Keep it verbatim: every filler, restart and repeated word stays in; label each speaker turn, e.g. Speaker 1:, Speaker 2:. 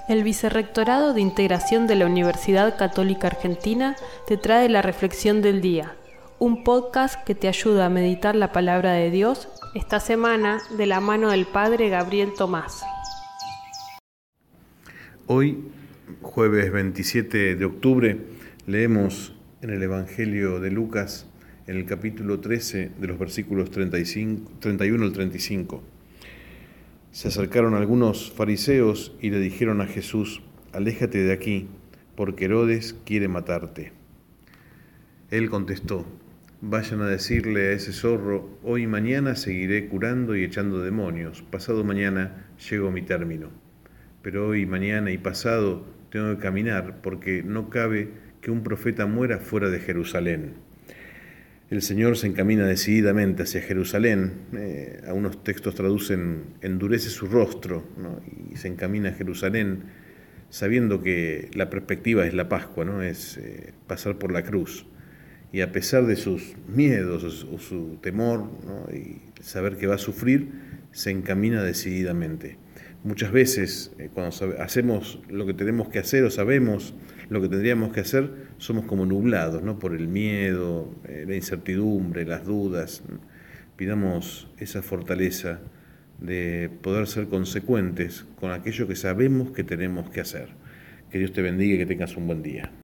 Speaker 1: El Vicerrectorado de Integración de la Universidad Católica Argentina te trae la Reflexión del Día, un podcast que te ayuda a meditar la palabra de Dios esta semana de la mano del Padre Gabriel Tomás.
Speaker 2: Hoy, jueves veintisiete de octubre, leemos en el Evangelio de Lucas, en el capítulo trece, de los versículos treinta y cinco, treinta y uno al treinta y cinco. Se acercaron algunos fariseos y le dijeron a Jesús: «Aléjate de aquí, porque Herodes quiere matarte». Él contestó: «Vayan a decirle a ese zorro, hoy y mañana seguiré curando y echando demonios, pasado mañana llego a mi término. Pero hoy, mañana y pasado tengo que caminar, porque no cabe que un profeta muera fuera de Jerusalén». El Señor se encamina decididamente hacia Jerusalén. Eh, algunos textos traducen endurece su rostro, ¿no? Y se encamina a Jerusalén sabiendo que la perspectiva es la Pascua, ¿no? Es eh, pasar por la cruz. Y a pesar de sus miedos o su, o su temor, ¿no? Y saber que va a sufrir, se encamina decididamente. Muchas veces, eh, cuando sabe, hacemos lo que tenemos que hacer o sabemos lo que tendríamos que hacer, somos como nublados, ¿no? Por el miedo, eh, la incertidumbre, las dudas. Pidamos esa fortaleza de poder ser consecuentes con aquello que sabemos que tenemos que hacer. Que Dios te bendiga y que tengas un buen día.